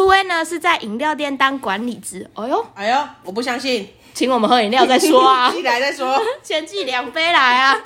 酷威呢是在饮料店当管理职。 哎呦，我不相信， 请我们喝饮料再说啊。 寄来再说， 先寄2杯来啊。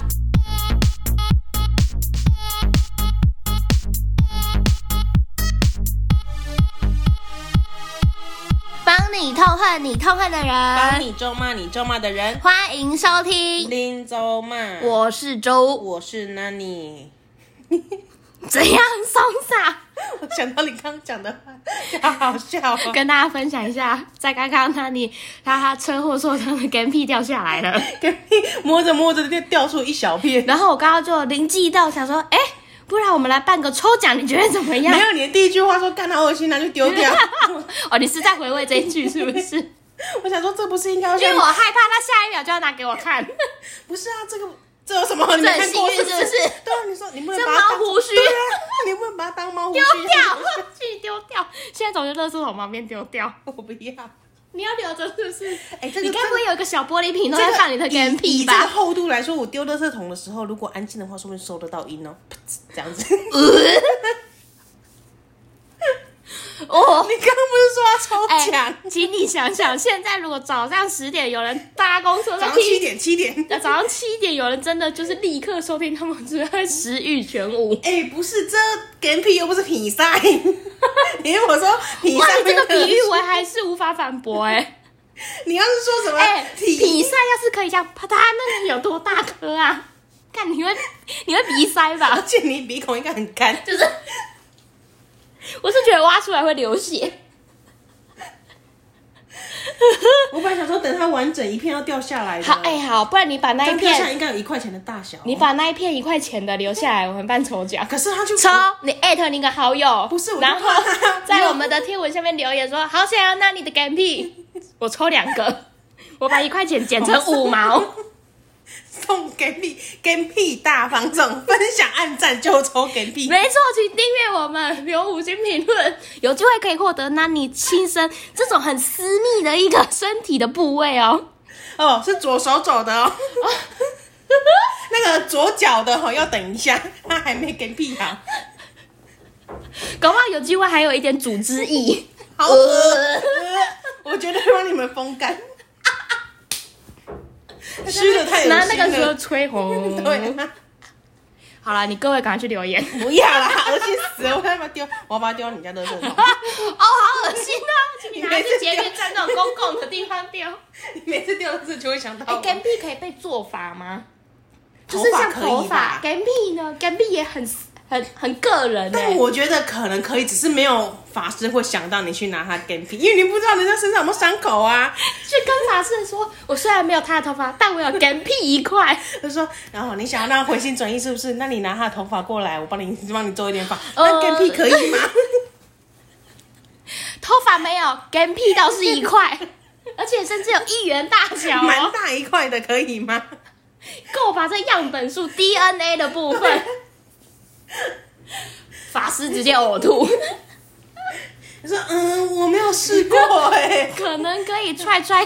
帮你痛恨你痛恨的人， 帮你咒骂你咒骂的人。 欢迎收听林咒骂， 我是周， 我是 Nani。 怎样松傻？ 我想到你刚刚讲的话，好好笑哦。 跟大家分享一下，在刚刚他车祸受伤的干屁掉下来了， 干屁摸着摸着就掉出一小片。 然后我刚刚就灵机一动，想说，不然我们来办个抽奖，你觉得怎么样？ 没有，你的第一句话说干好恶心，拿去丢掉。 哦，你是在回味这一句是不是？ 我想说这不是应该要， 因为我害怕他下一秒就要拿给我看。 不是啊，这有什么？你没看过是不是？ 对啊，你说你不能把它当这猫胡须， 对啊，你不能把它当猫胡须丢掉，去丢掉。现在走去垃圾桶旁边丢掉。 我不要。 你要留着是不是？ 你该不会有一个小玻璃瓶都在放你的干屁吧？ 以这个厚度来说，我丢垃圾桶的时候，如果安静的话，说不定收得到音哦。这样子。 哦， 你刚刚不是说要抽奖？ 请你想想，现在如果早上10点有人搭公车， 早上7点， 早上7点有人真的就是立刻收听，他们只会食欲全无。 不是这干屁又不是比赛，因为我说比赛， 这个比喻我还是无法反驳你要是说什么比赛要是可以这样啪嗒，那你有多大颗啊？看你会鼻塞吧？ 而且你鼻孔应该很干， 就是。我是觉得挖出来会流血。 我本来想说等它完整一片要掉下来的。 好，不然你把那一片掉下来应该有1块钱的大小。 你把那一片1块钱的留下来，我们办抽奖。 可是他就抽，你@你个好友， 不是， 然后在我们的贴文下面留言说好想要那你的干屁，我抽2个，我把1块钱减成5毛。 送干屁大方送，分享按赞就抽干屁。 没错，请订阅我们，留5星评论，有机会可以获得那你亲身这种很私密的一个身体的部位哦。 哦，是左手肘的哦。那个左脚的要等一下，他还没干屁好。 搞不好有机会还有一点组织液。 好恶我觉得让你们风干。虚的太恶心了， 拿那个时候吹红。 对， 好了，你各位赶快去留言。 不要啦，恶心死了！我要把它丢到你家垃圾桶。 好恶心啊！请你拿去捷运站那种公共的地方丢。 你每次丢垃圾就会想到。 干屁可以被做法吗？就是像头发，干屁呢？干屁也很个人但我觉得可能可以，只是没有法师会想到你去拿他干屁，因为你不知道人家身上有没有伤口啊。 去跟法师说，我虽然没有他的头发，但我有干屁1块。 他说，然后你想要让他回心转意，是不是？那你拿他的头发过来，我帮你做一点发。那干屁可以吗？ 头发没有，干屁倒是1块，而且甚至有1元大小， 蛮大1块的，可以吗？ 够把这样本数 DNA 的部分。法师直接呕吐。 你说我没有试过可能可以踹看，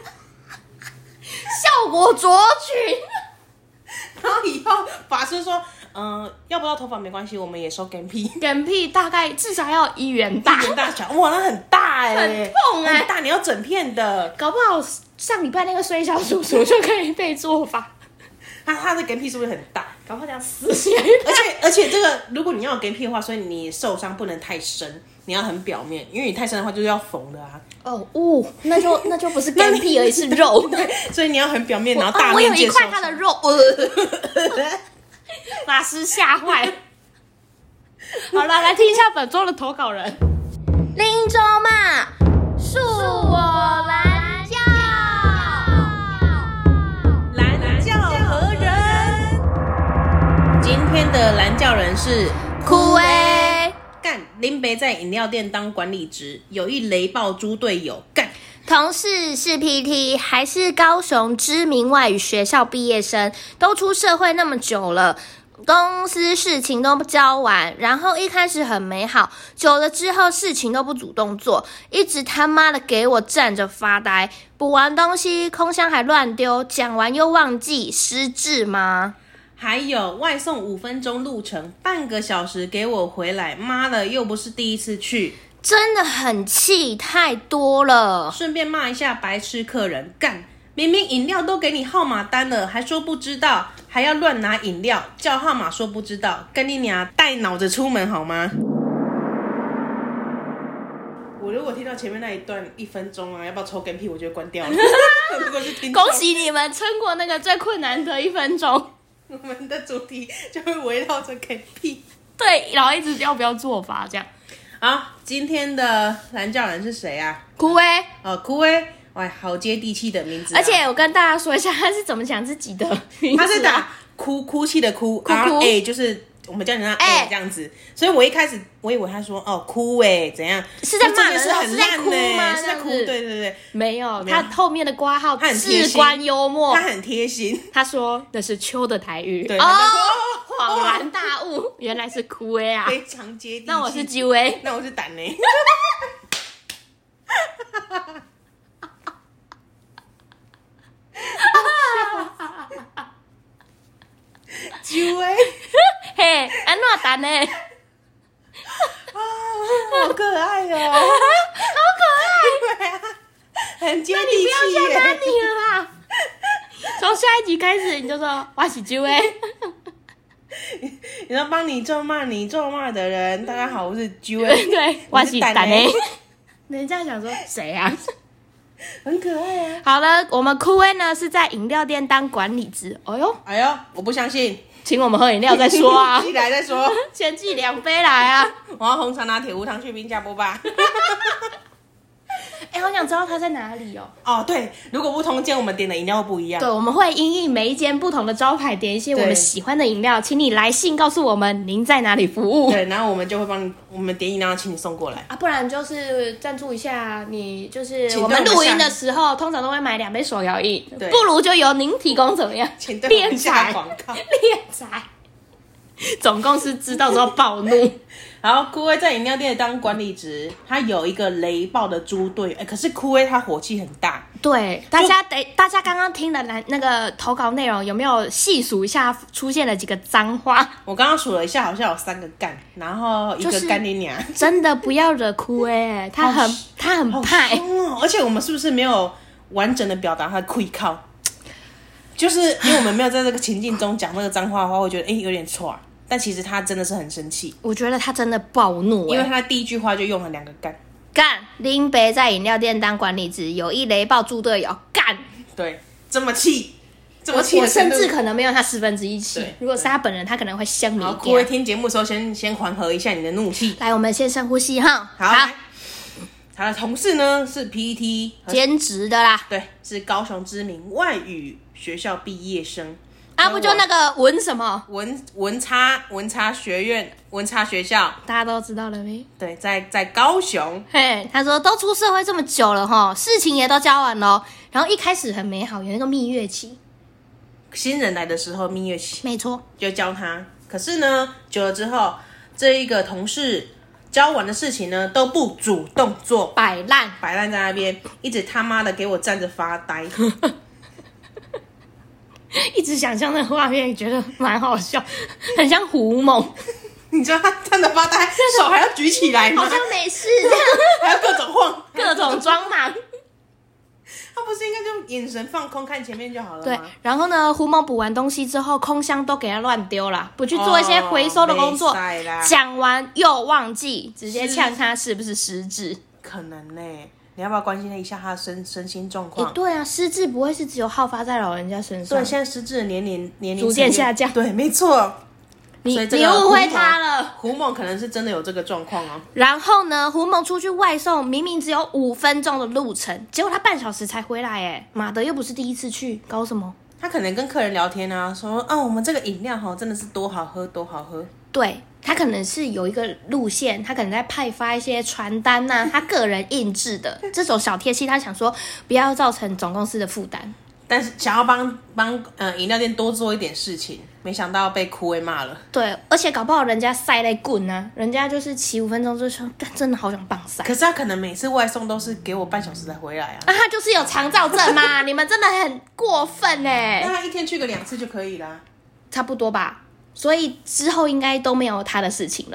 效果卓群。 然后以后法师说，要不到头发没关系，我们也收干屁。 干屁大概至少要1元大，1 元大小，哇，那很大很痛很大，你要整片的。 搞不好上礼拜那个衰小叔叔就可以被做法。 他的干屁是不是很大？ 搞不好这样撕起来。 而且这个，如果你要有干屁的话，所以你受伤不能太深，你要很表面，因为你太深的话就是要缝的啊。 那就不是干屁而已，是肉。 对，所以你要很表面，然后大面积。 我有1块他的肉。法师吓坏。好了，来听一下本周的投稿人。林州嘛，恕我蓝教。 蓝教何人？今天的蓝教人是酷威。 干林北在饮料店当管理职，有一雷暴猪队友干。 同事是 PT， 还是高雄知名外语学校毕业生，都出社会那么久了，公司事情都交完，然后一开始很美好，久了之后事情都不主动做，一直他妈的给我站着发呆，补完东西空箱还乱丢，讲完又忘记，失智吗？ 还有外送5分钟路程，半个小时给我回来，妈的又不是第一次去。 真的很气，太多了。 顺便骂一下白痴客人，干！明明饮料都给你号码单了，还说不知道，还要乱拿饮料，叫号码说不知道，跟你俩带脑子出门好吗？我如果听到前面那一段1分钟啊，要不要抽根屁，我就会关掉了。如果是听众， 恭喜你们撑过那个最困难的1分钟。 我们的主题就会围绕着给屁。 对，然后一直要不要做法这样。 好，今天的蓝教人是谁啊？ 枯威。 枯威，哇，好接地气的名字、啊。 而且我跟大家说一下，他是怎么讲自己的名字、啊。 他是打哭泣的哭，然后 A 就是我们叫人家 A 这样子。所以我一开始我以为他说哭怎样？ 是在骂人， 是很烂吗？ 是在哭，对对对。 没有，他后面的括号至关幽默， 他很贴心。 他说那是秋的台语。 对， 恍然大悟，原来是枯威啊， 非常接地气。 那我是鸡威， 那我是胆呢。鸡威， 嘿，安怎胆呢？ 好可爱哦， 好可爱， 对啊，很接地气。 那你不要再打你了啦！从下一集开始，你就说我是鸡威。 你说帮你咒骂的人，大家好，我是 J， 对，我是胆呢。人家想说谁啊？ 很可爱啊。 好了，我们枯威呢是在饮料店当管理职。 哎呦，我不相信， 请我们喝饮料再说啊。 寄来再说， 先寄2杯来啊。 我要红茶拿铁无糖去冰加波霸。 好想知道它在哪里哦。 对，如果不同间我们点的饮料不一样。 对，我们会因应每一间不同的招牌点一些我们喜欢的饮料，请你来信告诉我们您在哪里服务。 对，然后我们就会帮你，我们点饮料请你送过来啊，不然就是赞助一下你，就是我们录音的时候通常都会买2杯手摇饮，不如就由您提供怎么样？ 请对我们下广告， 敛财。总公司知道之后暴怒。 然后枯威在饮料店当管理职，他有一个雷暴的猪队，可是枯威他火气很大。 对，大家刚刚听的那个投稿内容有没有细数一下出现了几个脏话？ 我刚刚数了一下，好像有3个干，然后1个干你娘。 真的不要惹枯威，他很派哦，而且我们是不是没有完整的表达他的愧靠？就是因为我们没有在这个情境中讲那个脏话的话，会觉得有点错。但其实他真的是很生气， 我觉得他真的暴怒， 因为他第一句话就用了2个干。 干，林北在饮料店当管理职，有一雷暴猪队友干。 对，这么气，这么气， 我甚至可能没有他1/10气。如果是他本人，他可能会香你一点。 各位听节目的时候，先缓和一下你的怒气。 来，我们先深呼吸哈。 好。他的同事呢是 PT 兼职的啦， 对，是高雄知名外语学校毕业生。 不就那个文什么文差学院文差学校， 大家都知道了没？ 对，在高雄。 嘿，他说都出社会这么久了齁，事情也都教完了，然后一开始很美好，有那个蜜月期， 新人来的时候蜜月期， 没错， 就教他。可是呢，久了之后，这一个同事教完的事情呢都不主动做， 摆烂在那边，一直他妈的给我站着发呆。 一直想象那个画面，觉得蛮好笑，很像胡猛。 你知道他站着发呆，手还要举起来吗？ 好像没事， 还要各种晃， 各种装忙。 他不是应该就眼神放空看前面就好了吗？ 对，然后呢，胡猛补完东西之后，空箱都给他乱丢了，不去做一些回收的工作。讲完又忘记，直接呛他是不是失智？ 可能呢。你要不要关心一下他的身心状况？ 对啊，失智不会是只有好发在老人家身上。 对，现在失智的年龄逐渐下降。 对，没错。 你误会他了。 胡猛可能是真的有这个状况哦。 然后呢，胡猛出去外送，明明只有5分钟的路程，结果他半小时才回来。哎，妈的，又不是第一次去，搞什么？ 他可能跟客人聊天啊，说我们这个饮料真的是多好喝，多好喝。 对，他可能是有一个路线，他可能在派发一些传单啊，他个人印制的这种小贴心，他想说不要造成总公司的负担， 但是想要帮饮料店多做一点事情，没想到被枯萎骂了。 对，而且搞不好人家晒在棍啊，人家就是骑5分钟就说，真的好想棒晒。 可是他可能每次外送都是给我半小时才回来啊。 他就是有肠躁症嘛，你们真的很过分哎。 那他一天去个2次就可以啦， 差不多吧。所以之后应该都没有他的事情了。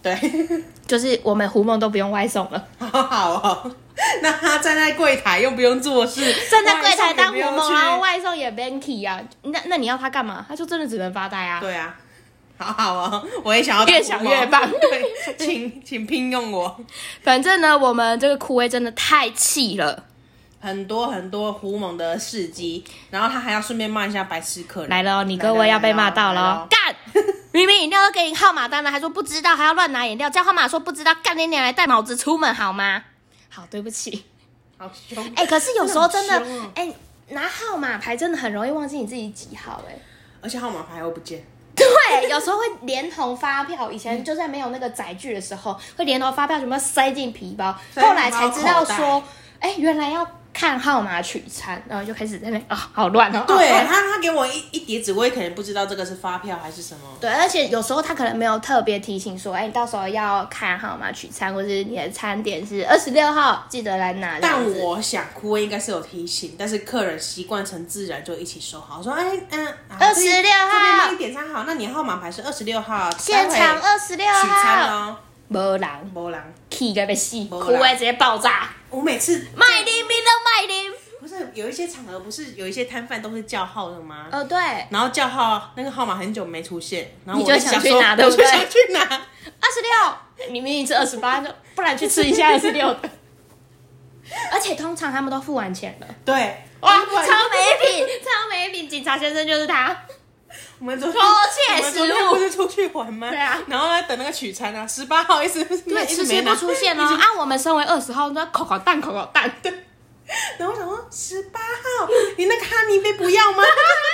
对， 就是我们胡梦都不用外送了， 好哦。那他站在柜台又不用做事， 站在柜台当胡梦， 外送也不用去然后外送也 banky 啊，那你要他干嘛？他就真的只能发呆啊。 对啊，好哦，我也想要当越想越棒。 对，请聘用我。 反正呢，我们这个酷威真的太气了。 很多很多胡猛的事迹，然后他还要顺便骂一下白痴客人。 来了，你各位要被骂到了，干！明明饮料都给你号码单了，还说不知道，还要乱拿饮料，叫号码说不知道，干你娘来带脑子出门好吗？好，对不起。 好凶！ 可是有时候真的， 真拿号码牌真的很容易忘记你自己几号， 而且号码牌会不见。 对，有时候会连同发票，以前就在没有那个载具的时候，会连同发票全部塞进皮包，后来才知道说，原来要看号码取餐，然后就开始在那好乱哦。 对，他给我一叠纸，我也可能不知道这个是发票还是什么。 对，而且有时候他可能没有特别提醒说，你到时候要看号码取餐，或是你的餐点是26号，记得来拿。 但我想酷威应该是有提醒，但是客人习惯成自然就一起收好，说26号这边帮你点餐好，那你号码牌是26号， 现场26号取餐哦。 没人，气个要死，酷威直接爆炸。 我每次卖啉冰都卖啉。 不是有一些场合，不是有一些摊贩都是叫号的吗？ 对。 然后叫号那个号码很久没出现，然后你就想去拿，对不对？ 我就想去拿 26，你明明是28，不然去吃一下26的。而且通常他们都付完钱了。 对， 哇，超没品，警察先生就是他。 我们昨天不是出去玩吗？ 对啊， 然后在等那个取餐啊，18号一直对，迟迟不出现哦。我们身为20号，都在口蛋， 对。然后我想说18号，你那个哈尼杯不要吗？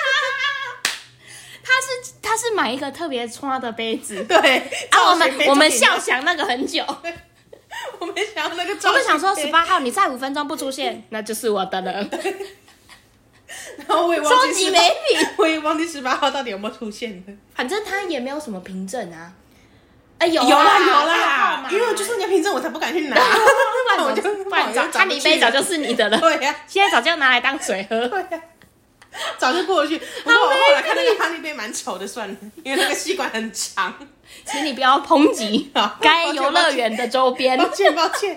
他是买一个特别穿的杯子， 对。 我们笑想那个很久。 我们想那个， 我们想说18号，你再5分钟不出现，那就是我的了。 然后我也忘记超级没品， 我也忘记18号到底有没有出现的。 反正他也没有什么凭证啊。有啦，因为我就是人家凭证，我才不敢去拿。 不然哈尼杯早就是你的了。 对呀， 现在早就拿来当水喝。 对呀，早就过去。不过我后来看那个哈尼杯蛮丑的，算了，因为那个吸管很长。 请你不要抨击该游乐园的周边。 抱歉。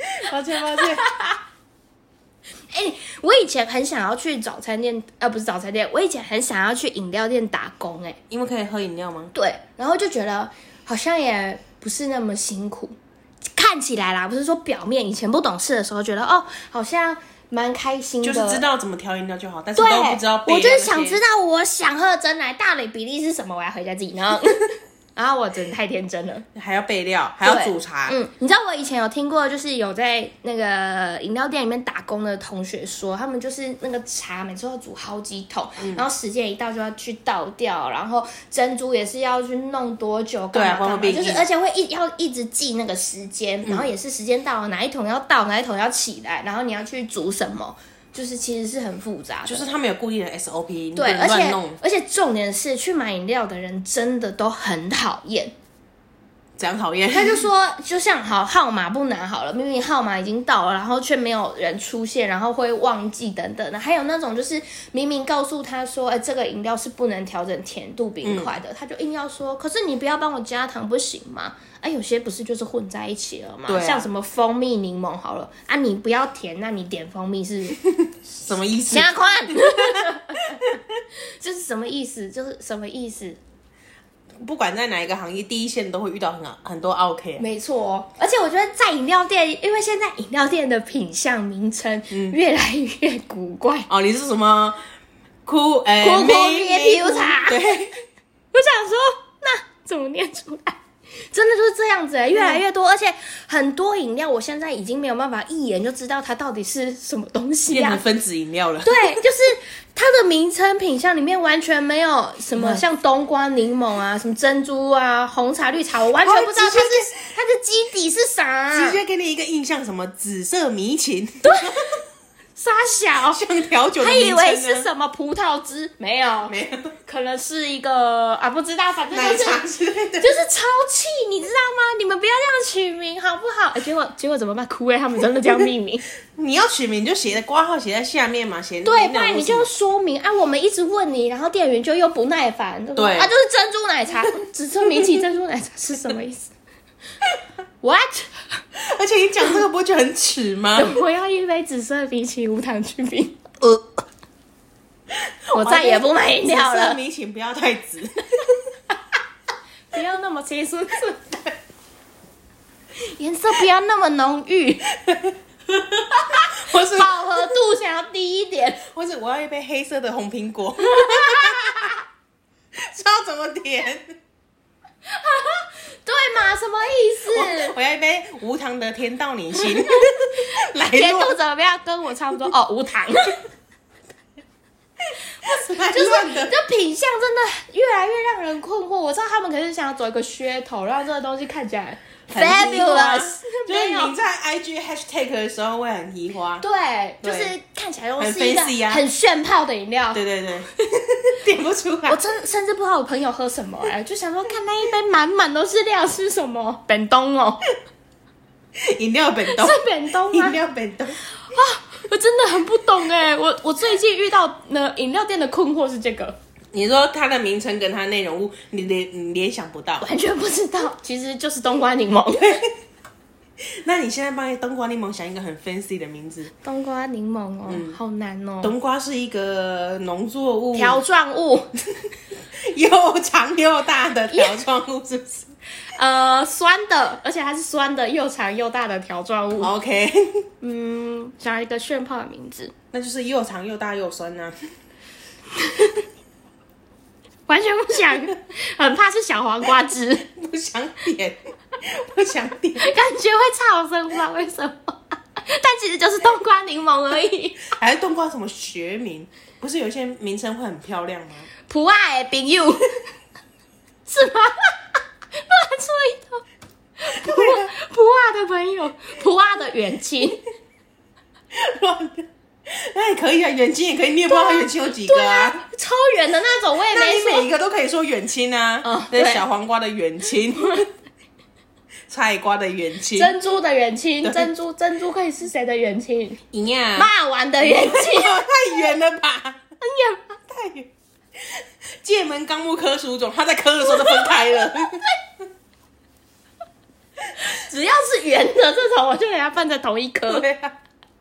我以前很想要去早餐店，不是早餐店，我以前很想要去饮料店打工， 因为可以喝饮料吗？ 对，然后就觉得好像也不是那么辛苦，看起来啦，不是说表面，以前不懂事的时候觉得好像蛮开心的， 就是知道怎么调饮料就好，但是都不知道备料那些。 我就是想知道我想喝的真奶大的比例是什么，我要回家自己弄。然后我真的太天真了， 还要备料，还要煮茶。 你知道我以前有听过，就是有在那个饮料店里面打工的同学说，他们就是那个茶每次要煮好几桶，然后时间一到就要去倒掉，然后珍珠也是要去弄多久，干嘛，就是而且会要一直记那个时间，然后也是时间到了哪一桶要倒，哪一桶要起来，然后你要去煮什么。就是其实是很复杂的， 就是他们有固定的 SOP， 对，而且重点是去买饮料的人真的都很讨厌。 怎样讨厌？ 他就说，就像号码不拿好了，明明号码已经到了，然后却没有人出现，然后会忘记等等的。还有那种就是明明告诉他说，这个饮料是不能调整甜度冰块的，他就硬要说，可是你不要帮我加糖不行吗？有些不是就是混在一起了吗？ 对像什么蜂蜜柠檬好了你不要甜，那你点蜂蜜是什么意思？ 加宽，就是什么意思？就是什么意思？ 不管在哪一个行业，第一线都会遇到很多 OK。 没错，而且我觉得在饮料店，因为现在饮料店的品项名称越来越古怪。 你是什么苦啤酒茶？ 对， 我想说，那怎么念出来？真的就是这样子越来越多，而且很多饮料我现在已经没有办法一眼就知道它到底是什么东西变成分子饮料了。 对，就是它的名称品项里面完全没有什么像冬瓜柠檬啊、什么珍珠啊、红茶、绿茶，我完全不知道它的基底是啥直接给你一个印象，什么紫色迷情。 对。傻小， 像调酒的他以为是什么葡萄汁，没有，可能是一个不知道，反正就是奶茶之类的， 就是超气，你知道吗？你们不要这样取名好不好？结果怎么办？酷威他们真的这样命名。 你要取名就写的挂号写在下面嘛，写对，不然你就要说明我们一直问你，然后店员就又不耐烦，对不对？就是珍珠奶茶，紫色迷奇珍珠奶茶是什么意思？ What？ 而且你讲这个不会觉得很耻吗？ 我要一杯紫色米奇无糖去冰。我再也不买饮料了。 紫色米奇不要太紫， 不要那么青春纯的，颜色不要那么浓郁， 或是饱和度想要低一点。 或是我要一杯黑色的红苹果，知道怎么点？ 对嘛？什么意思？ 我要一杯无糖的甜到你心，来甜度怎么样？跟我差不多哦，无糖。就品相真的越来越让人困惑。我知道他们可是想要走一个噱头，让这个东西看起来很移花 fabulous， 就是你在 IG hashtag 的时候会很移花。 对，就是看起来都是一很 fancy 个啊很炫炮的饮料。 对对对，点不出来。 我甚至不知道我朋友喝什么就想说看那一杯满满都是料是什么？本东哦， 饮料本东是本东吗？ 饮料本东我真的很不懂我最近遇到饮料店的困惑是这个， 你说它的名称跟它内容物，你联想不到， 完全不知道，其实就是冬瓜柠檬。 那你现在帮冬瓜柠檬想一个很 fancy 的名字。 冬瓜柠檬哦，好难哦。 冬瓜是一个农作物， 条状物， 又长又大的条状物，是不是？ 酸的，而且它是酸的，又长又大的条状物。 OK， 想一个炫炮的名字， 那就是又长又大又酸啊。 完全不想，很怕是小黄瓜汁， 不想点，不想点， 感觉会超生，不知道为什么。但其实就是冬瓜柠檬而已。 还是冬瓜什么学名？不是有些名称会很漂亮吗？ 普爱朋友是吗？乱出一头。普爱的朋友，普爱的远亲， 乱的。那也可以啊，远亲也可以，你也不知道他远亲有几个啊。 超远的那种我也那你没说。 每一个都可以说远亲啊。对，小黄瓜的远亲，菜瓜的远亲， 珍珠的远亲，珍珠可以是谁的远亲？ 一样。 骂完的远亲， 太远了吧？ 很远吗？ 太远。界门纲目科属种，他在科的时候就分开了。 只要是圆的这种，我就给它放在同一颗。 对啊，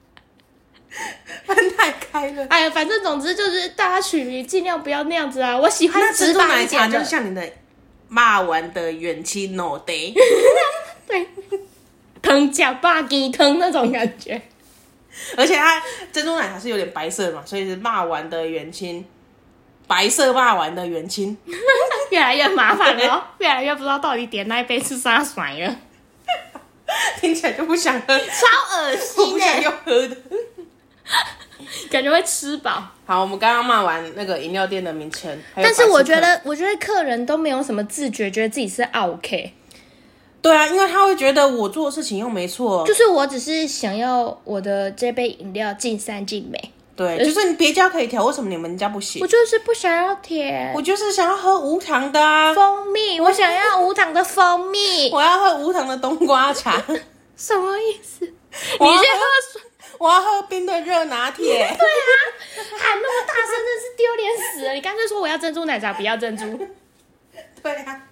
分太开了。 哎呀，反正总之就是大家取名尽量不要那样子啊！我喜欢那珍珠奶茶就直白一点的， 像你的骂完的远亲 no day。 对，汤加霸鸡汤那种感觉。 而且它珍珠奶茶是有点白色的嘛，所以是骂完的远亲，白色骂完的远亲。 越来越麻烦了，越来越不知道到底点那一杯是啥水了， 听起来就不想喝， 超恶我心不想用喝的。 感觉会吃饱。 好，我们刚刚骂完那个饮料店的名称，还有但是我觉百事可， 得，客人都没有什么自觉，觉得自己是 OK。 对啊，因为他会觉得我做的事情又没错， 就是我只是想要我的这杯饮料尽善尽美， 对，就是你别家可以调，为什么你们家不行我？就是不想要甜我就是想要喝无糖的啊， 蜂蜜，我想要无糖的蜂蜜。 我要喝无糖的冬瓜茶， 什么意思？ 我要你去喝水？ 我要喝冰的热拿铁。 对啊，喊那么大声，真是丢脸死了！你干脆说我要珍珠奶茶，不要珍珠。 对啊，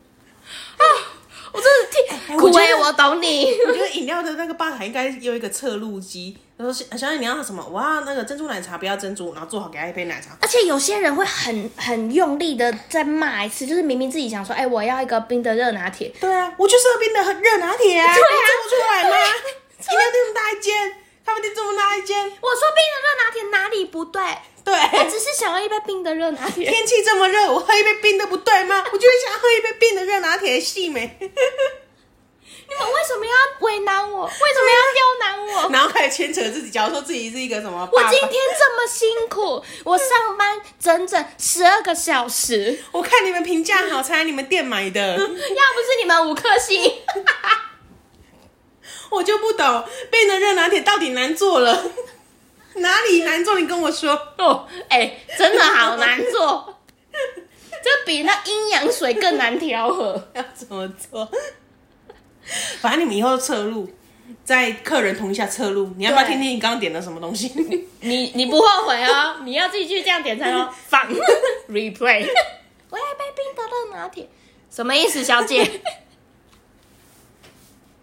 我真的听，苦我觉得我懂你。 我觉得饮料的那个吧台应该有一个测录机，然后想想你要什么，我要那个珍珠奶茶，不要珍珠，然后做好给他一杯奶茶。 而且有些人会很用力的再骂一次，就是明明自己想说，我要一个冰的热拿铁， 对啊，我就是喝冰的热拿铁啊， 对啊你做不出来吗？饮料店这么大一间，咖啡店这么大一间， 我说冰的热拿铁哪里不对？我对， 只是想要一杯冰的热拿铁。 天气这么热，我喝一杯冰的不对吗？我就是想喝一杯冰的热拿铁，细美。 你们为什么要为难我？为什么要刁难我？ 然后开始牵扯自己，假如说自己是一个什么爸爸， 我今天这么辛苦，我上班整整12个小时， 我看你们评价好才来你们店买的， 要不是你们5颗星， 我就不懂冰的热拿铁到底难做了，哪里难做？你跟我说。 哦，真的好难做，这比那阴阳水更难调和。 要怎么做？反正你们以后侧录，在客人同意下侧录，你要不要对听听你刚刚点的什么东西？ 你不后悔哦？你要继续这样点餐哦，放 replay。我要一杯冰的热拿铁，什么意思，小姐？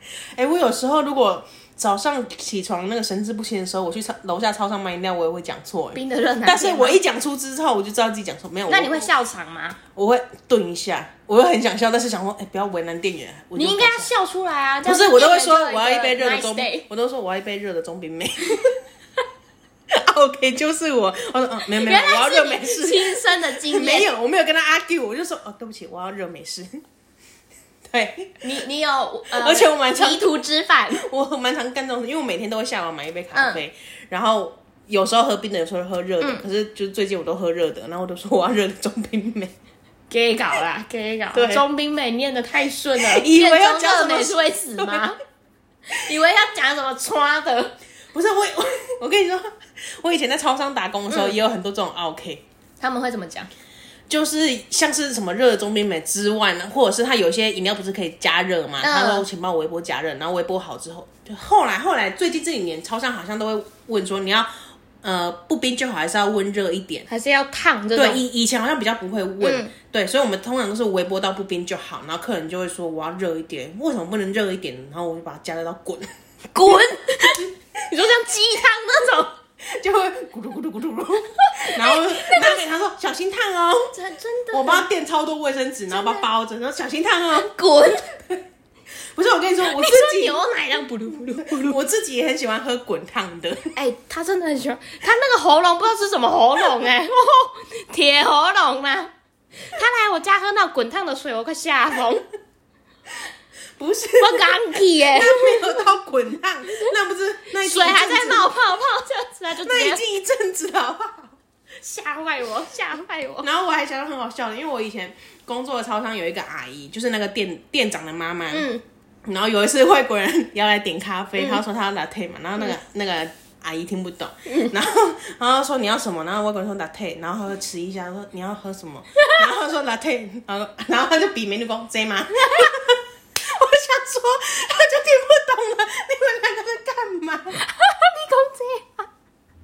我有时候如果早上起床那个神志不清的时候，我去楼下超商买饮料，我也会讲错。 冰的热拿铁， 但是我一讲出之后，我就知道自己讲错。没有， 那你会笑场吗？ 我会顿一下，我会很想笑，但是想说，不要为难店员。 你应该要笑出来啊！ 不是，我都会说我要一杯热的 nice 中 day， 我都说我要一杯热的中冰美。OK， 就是我说没有，我要热美式。 亲身的经验没有，我没有跟他 argue， 我就说对不起，我要热美式。对， 你有而且我蛮常迷途知返， 我蛮常干这种事，因为我每天都会下网买一杯咖啡，然后有时候喝冰的，有时候喝热的，可是就是最近我都喝热的，然后我都说我要热的中冰美。 给搞啦，给搞。中冰美念得太顺了， 以为要讲什么美是会死吗？以为要讲什么穿的？ 不是我跟你说，我以前在超商打工的时候，也有很多这种 OK。 他们会怎么讲？ 就是像是什么热的中冰美之外呢，或者是它有些饮料不是可以加热嘛？他说请帮我微波加热，然后微波好之后，就后来最近这几年超商好像都会问说你要不冰就好，还是要温热一点， 还是要烫这种？ 对，以前好像比较不会问，对，所以我们通常都是微波到不冰就好，然后客人就会说我要热一点，为什么不能热一点？然后我就把它加热到滚。你说像鸡汤那种。就会咕噜咕噜咕噜咕噜，然后拿给他说小心烫哦， 真的， 我帮他垫超多卫生纸，然后把它包着，然后小心烫哦， 滚！ 不是我跟你说，我自己牛奶这样咕噜咕噜咕噜， 我自己也很喜欢喝滚烫的。 他真的很喜欢，他那个喉咙不知道是什么喉咙铁喉咙啊！他来我家喝那滚烫的水，我快吓疯。 不是， 我刚起耶， 那没有到滚烫，那不是那水还在冒泡泡这样子，他就那已经一阵子了，好不好？ 吓坏我。 然后我还想到很好笑的，因为我以前工作的超商有一个阿姨，就是那个店长的妈妈。然后有一次外国人要来点咖啡，他说他要 latte 嘛，然后那个阿姨听不懂，然后说你要什么，然后外国人说 latte， 然后他就迟一下说你要喝什么，然后他说 latte， 然后他就比美女说 J 吗？我想说，他就听不懂了，你们两个在干嘛？你讲这样，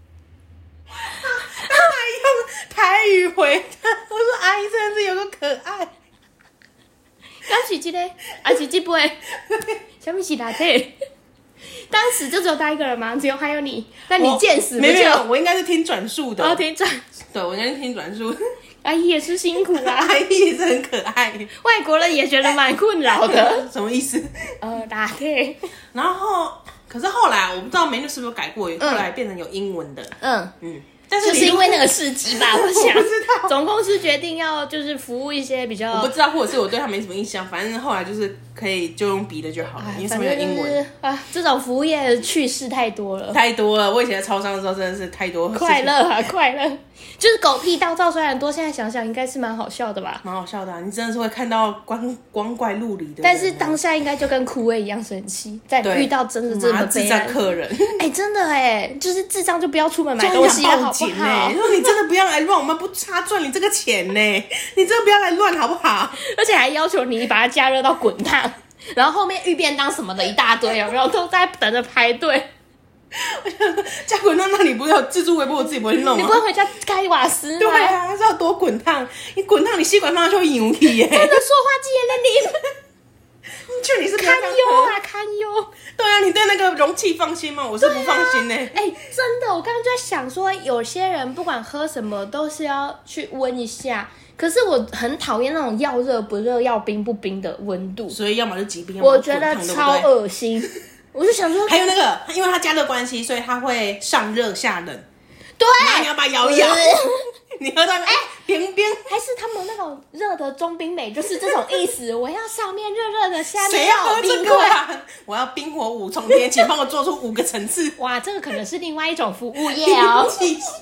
他还用台语回他，我说阿姨真的是有个可爱。 刚是这个，还是这杯？什么是拿铁？当时就只有他一个人吗？只有还有你？那你见死不救？ 没有，我应该是听转述的。 听转， 对，我应该是听转述。 阿姨也是辛苦啊， 阿姨也是很可爱， 外国人也觉得蛮困扰的。 什么意思？ 拿铁。 然后，可是后来我不知道美女是不是改过，后来变成有英文的。但是就是因为那个事迹吧，我想。 我不知道。 总公司决定要就是服务一些比较， 我不知道，或者是我对他没什么印象，反正后来就是可以就用笔的就好了，因为上面有英文。 这种服务业的趣事太多了， 太多了。我以前在超商的时候真的是太多快乐啊，快乐。就是狗屁倒灶虽然多，现在想想应该是蛮好笑的吧？ 蛮好笑的你真的是会看到光怪陆离的。 但是当下应该就跟枯萎一样生气，在遇到真的这么智障客人。 真的就是智障就不要出门买东西了，好不好？ 你真的不要来乱，我们不差赚你这个钱呢，你真的不要来乱好不好？ 而且还要求你把它加热到滚烫，然后后面预便当什么的一大堆，有没有都在等着排队？ 加滚烫，那你不是有自助微波，我自己不会弄吗？ 你不会回家开瓦斯吗？ 对啊，还是要多滚烫。你滚烫，你吸管放上去会油起耶。 真的塑化剂也能淋。 就你是堪忧啊，堪忧。 对啊，你对那个容器放心吗？我是不放心呢。 真的，我刚刚就在想说，有些人不管喝什么都是要去温一下。可是我很讨厌那种要热不热、要冰不冰的温度， 所以要么就极冰，要么我觉得超恶心。我就想说， 还有那个，因为它加热关系，所以它会上热下冷。 对， 然后你要把它摇一摇。你喝到冰冰， 还是他们那种热的中冰美就是这种意思。我要上面热热的，下面谁要喝这个啊？我要冰火五重天，请帮我做出5个层次。 哇，这个可能是另外一种服务业哦。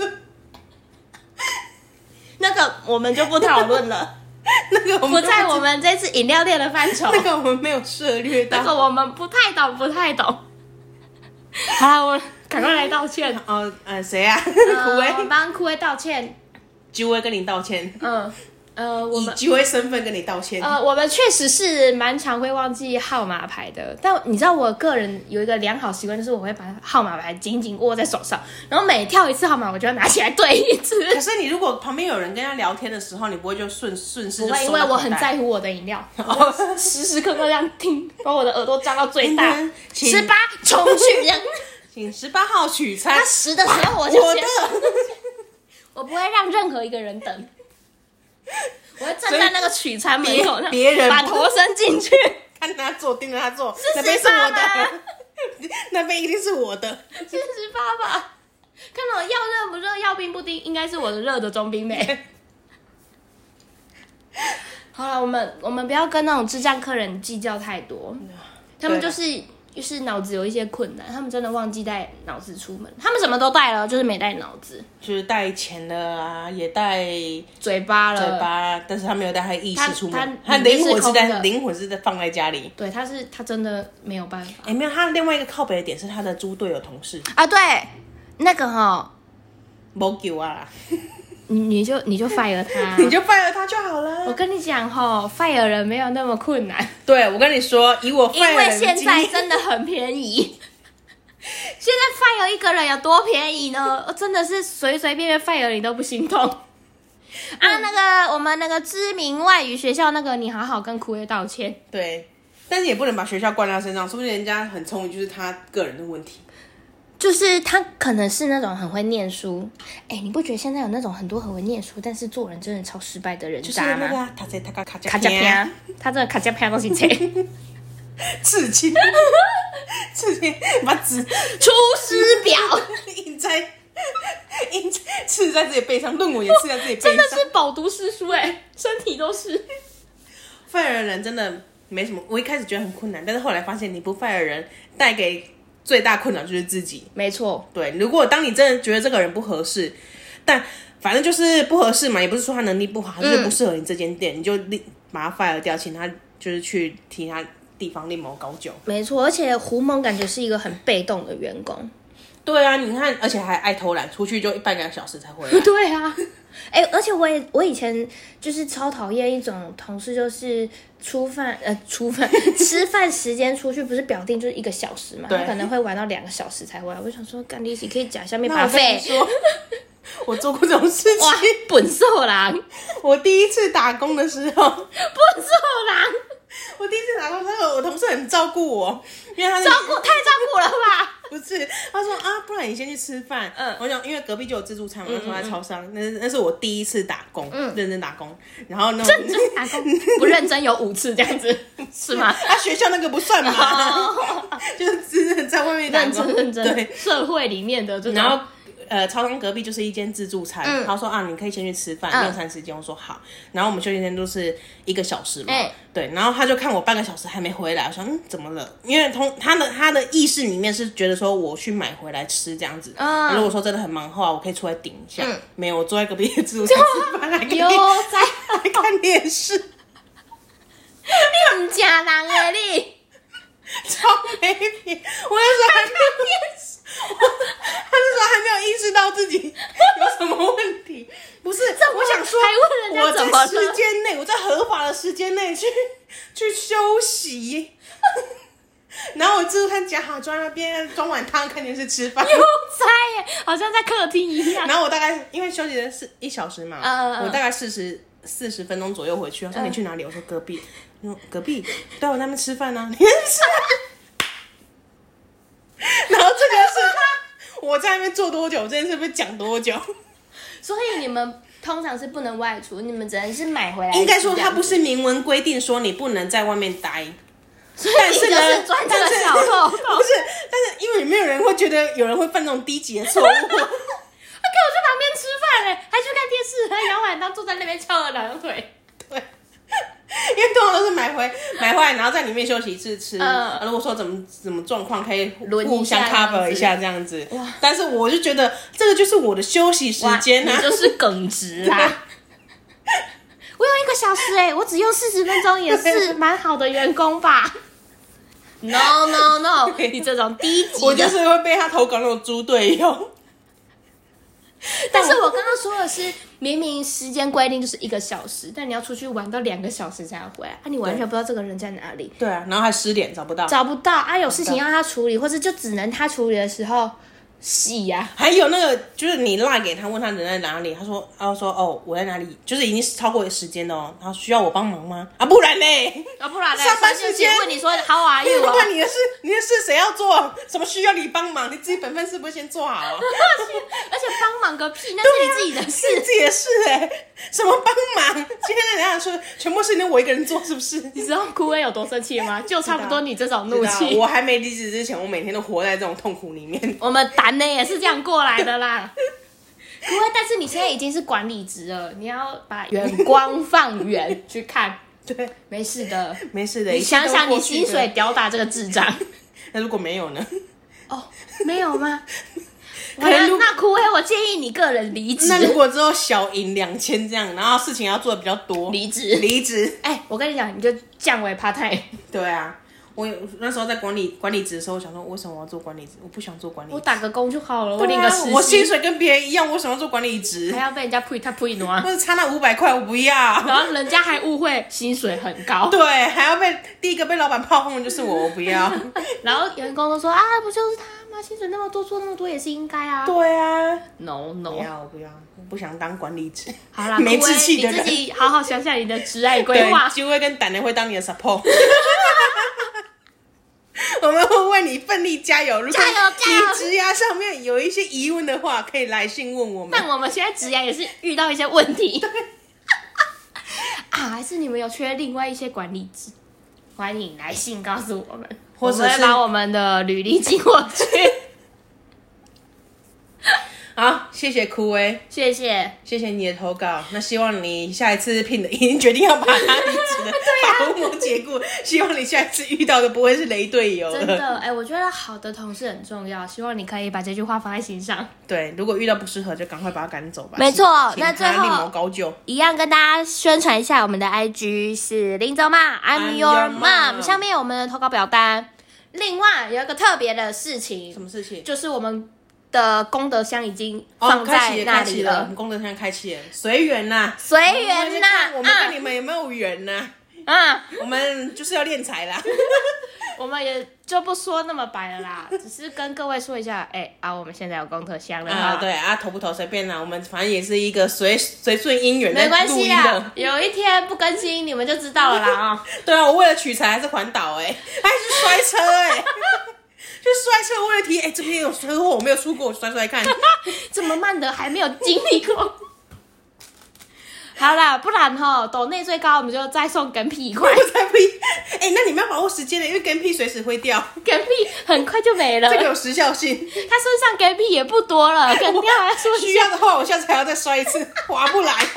那个我们就不讨论了。 那个不在我们这次饮料店的范畴。 那个我们没有涉猎到。 那个我们不太懂。好，我赶快来道歉。 谁啊？ 我帮枯威道歉。 就会跟你道歉。 以机会身份跟你道歉。 我们确实是蛮常会忘记号码牌的，但你知道我个人有一个良好习惯，就是我会把号码牌紧紧握在手上，然后每跳一次号码，我就要拿起来对一次。 可是你如果旁边有人跟他聊天的时候，你不会就顺势就不会，因为我很在乎我的饮料，时时刻刻这样听，把我的耳朵张到最大。18冲去， 请18号取餐。 他10的时候我就先，我不会让任何一个人等。我会站在那个取餐门口， 别人把头伸进去， 看他做，盯着他做， 那边是我的，那边一定是我的 ，48吧。看到我要热不热，要冰不冰，应该是我的热的中冰妹。好了，我们不要跟那种智障客人计较太多，他们就是脑子有一些困难，他们真的忘记带脑子出门，他们什么都带了，就是没带脑子， 就是带钱了啊，也带嘴巴了， 但是他没有带他意识出门， 他灵魂是在放在家里。 对，他真的没有办法。 没有，他另外一个靠北的点是他的猪队友同事啊，对，那个没救啊。 你就 fire 他， 你就 fire 他就好了。 我跟你讲fire 人没有那么困难。 对，我跟你说，以我 fire 人的经验， 因为现在真的很便宜。现在 fire 一个人有多便宜呢？真的是随随便便 fire 你都不心痛。那个我们那个知名外语学校那个，你好好跟苦爷道歉。 对，但是也不能把学校灌在他身上，说不定人家很聪明，就是他个人的问题。 就是他可能是那种很会念书，你不觉得现在有那种很多很会念书，但是做人真的超失败的人渣吗？ 就是那个卡加片，他真的卡加片东西切， 刺青，把纸出师表刺在自己背上，论文也刺在自己背上， 真的是饱读诗书身体都是。 fire 人真的没什么，我一开始觉得很困难，但是后来发现你不 fire 人带给最大困扰就是自己。 没错， 对，如果当你真的觉得这个人不合适，但反正就是不合适嘛，也不是说他能力不好，他就是不适合你这间店，你就把他 fire 掉，请他就是去其他地方另谋高就。 没错，而且胡蒙感觉是一个很被动的员工。 对啊，你看，而且还爱偷懒，出去就半个小时才回来。 对啊，而且我以前就是超讨厌一种同事，就是吃饭时间出去不是表定就是1个小时嘛，他可能会玩到2个小时才回来。我想说，干你是可以讲下面把费。 我做过这种事情， 哇，本色狼！ 我第一次打工的时候， 本色狼！ 我第一次打工，我同事很照顾我，因为他太照顾了吧？ 不是，他说不然你先去吃饭。我想，因为隔壁就有自助餐，我那时候在超商，那是我第一次打工，认真打工。然后呢， 认真打工不认真有5次这样子，是吗？ 学校那个不算嘛，就是真的在外面打工， 认真对， 社会里面的这种。 然后超商隔壁就是一间自助餐，他说你可以先去吃饭，用餐时间，我说好。然后我们休息时间都是1个小时嘛，对。然后他就看我半个小时还没回来，我说怎么了？因为他的意识里面是觉得说我去买回来吃这样子。如果说真的很忙的话，我可以出来顶一下。没有，我坐在隔壁的自助餐吃饭，还看电视。 你唔假人的你， 超没品！我那时候还看电视。他那时候还没有意识到自己有什么问题，不是？我想说，我在时间内，我在合法的时间内去休息，然后我自助餐夹好，坐在那边装碗汤，看电视吃饭。 有猜耶，好像在客厅一样。 然后我大概因为休息的是1小时嘛，我大概40分钟左右回去。我说你去哪里？我说隔壁。隔壁，对，我在那边吃饭呢。你在吃饭？然后这个是我在那边做多久，这件事被讲多久。 所以你们通常是不能外出，你们只能是买回来。 应该说它不是明文规定说你不能在外面待， 所以你就是钻这个小漏洞。 不是，但是因为没有人会觉得有人会犯这种低级的错误。他给我去旁边吃饭还去看电视，还摇碗当坐在那边翘了2条腿。 对。因为通常都是买回来，然后在里面休息一次吃。如果说怎么状况可以互相 cover 一下这样子。但是我就觉得这个就是我的休息时间啊， 你就是耿直啊。我有1个小时我只用40分钟也是蛮好的员工吧。No， 你这种低级的， 我就是会被他投稿那种猪队友。 但是我刚刚说的是，明明时间规定就是1个小时，但你要出去玩到2个小时才要回来，啊，你完全不知道这个人在哪里。 对啊，然后还失联，找不到啊，有事情要他处理，或者就只能他处理的时候洗呀。 还有那个就是你赖给他，问他人在哪里，他说哦我在哪里，就是已经超过时间了哦，然后需要我帮忙吗？啊，不然呢？上班时间问你说 How are you？ 那你的事谁要做？什么需要你帮忙？你自己本分是不是先做好啊？ 而且帮忙个屁，那是你自己的事， 自己的事什么帮忙？今天的人家说全部事情我一个人做，是不是？ 你知道枯威有多生气吗？就差不多你这种怒气。 我还没离职之前，我每天都活在这种痛苦里面。 我们胆呢也是这样过来的啦。枯威，但是你现在已经是管理职了，你要把远光放远去看。 对， 没事的， 没事的。 你想想，你薪水吊打这个智障。 那如果没有呢？ 哦，没有吗？那枯威，我建议你个人离职。 那如果之后小赢2000这样，然后事情要做的比较多， 离职。 我跟你讲，你就降为 part time。 对啊，我那时候在管理职的时候，我想说，为什么我要做管理职？我不想做管理职， 我打个工就好了。 我领个实习，我薪水跟别人一样，为什么要做管理职？ 还要被人家呸啊！ 或者差那500块，我不要。 然后人家还误会薪水很高， 对，还要第一个被老板炮轰的就是我不要。 然后员工都说啊，不就是他吗？薪水那么多，做那么多也是应该啊。 对啊 ，no， 不要，我不想当管理职。 好啦， 没志气的人， 你自己好好想想你的职业规划。 机会跟胆人会当你的 support。我们会为你奋力加油。如果你职涯上面有一些疑问的话，可以来信问我们。 但我们现在职涯也是遇到一些问题。还是你们有缺另外一些管理职？欢迎来信告诉我们，或者是把我们的履历寄过去。 好，谢谢枯威， 谢谢你的投稿。那希望你下一次聘的已经决定要把他离职的把乌蒙解雇，希望你下一次遇到的不会是雷队友了。 真的，我觉得好的同事很重要，希望你可以把这句话放在心上。 对，如果遇到不适合，就赶快把他赶走吧。 没错，那最后另谋高就， 一样跟大家宣传一下，我们的 IG 是林州妈 I'm Your Mom， 上面有我们的投稿表单。另外有一个特别的事情， 什么事情？ 就是我们的功德箱已经放在那里了， 功德箱开启了，随缘呐，我们跟你们有没有缘呐？我们就是要敛财啦。 我们也就不说那么白了啦，只是跟各位说一下，我们现在有功德箱了对投不投随便啦，我们反正也是一个随顺姻缘， 没关系啊，有一天不更新你们就知道了啦。 对啊，我为了取材还是环岛还是摔车就摔车，我为了提这边有车祸，我没有出过，我摔看。 这么慢的还没有经历过。好啦，不然抖内最高我们就再送跟屁1块。 我才不那你们要把握时间的，因为跟屁随时会掉， 跟屁很快就没了， 这个有时效性。 他身上跟屁也不多了，跟掉还说需要的话，我下次还要再摔一次，划不来。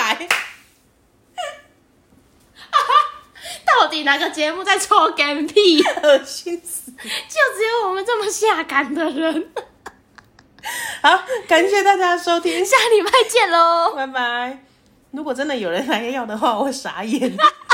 到底哪个节目在抽跟屁？ 恶心死！ 就只有我们这么下感的人。 好，感谢大家收听， 下礼拜见喽， 拜拜。如果真的有人来要的话，我会傻眼。